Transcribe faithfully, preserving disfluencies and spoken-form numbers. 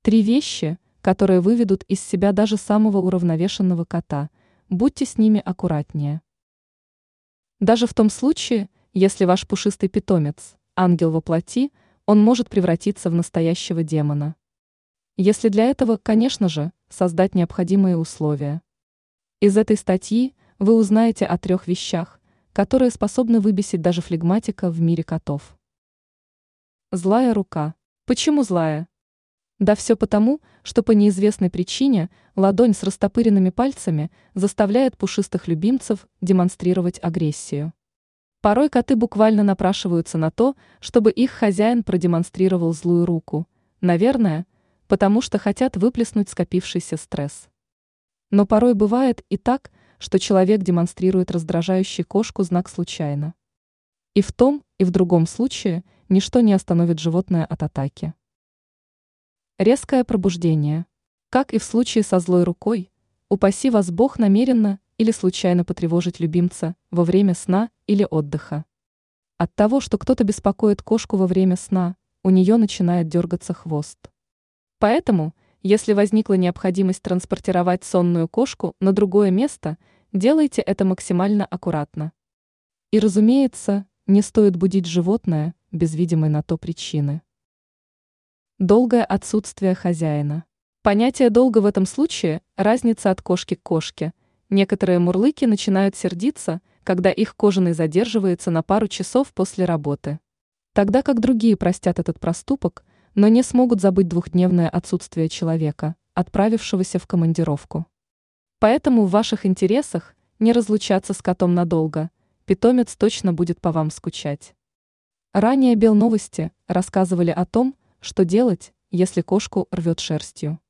Три вещи, которые выведут из себя даже самого уравновешенного кота. Будьте с ними аккуратнее. Даже в том случае, если ваш пушистый питомец – ангел во плоти, он может превратиться в настоящего демона. Если для этого, конечно же, создать необходимые условия. Из этой статьи вы узнаете о трех вещах, которые способны выбесить даже флегматика в мире котов. Злая рука. Почему злая? Да все потому, что по неизвестной причине ладонь с растопыренными пальцами заставляет пушистых любимцев демонстрировать агрессию. Порой коты буквально напрашиваются на то, чтобы их хозяин продемонстрировал злую руку, наверное, потому что хотят выплеснуть скопившийся стресс. Но порой бывает и так, что человек демонстрирует раздражающий кошку знак случайно. И в том, и в другом случае ничто не остановит животное от атаки. Резкое пробуждение. Как и в случае со злой рукой, упаси вас Бог намеренно или случайно потревожить любимца во время сна или отдыха. От того, что кто-то беспокоит кошку во время сна, у нее начинает дергаться хвост. Поэтому, если возникла необходимость транспортировать сонную кошку на другое место, делайте это максимально аккуратно. И, разумеется, не стоит будить животное без видимой на то причины. Долгое отсутствие хозяина. Понятие «долго» в этом случае – разница от кошки к кошке. Некоторые мурлыки начинают сердиться, когда их кожаный задерживается на пару часов после работы. Тогда как другие простят этот проступок, но не смогут забыть двухдневное отсутствие человека, отправившегося в командировку. Поэтому в ваших интересах не разлучаться с котом надолго, питомец точно будет по вам скучать. Ранее Белновости рассказывали о том, что делать, если кошку рвет шерстью.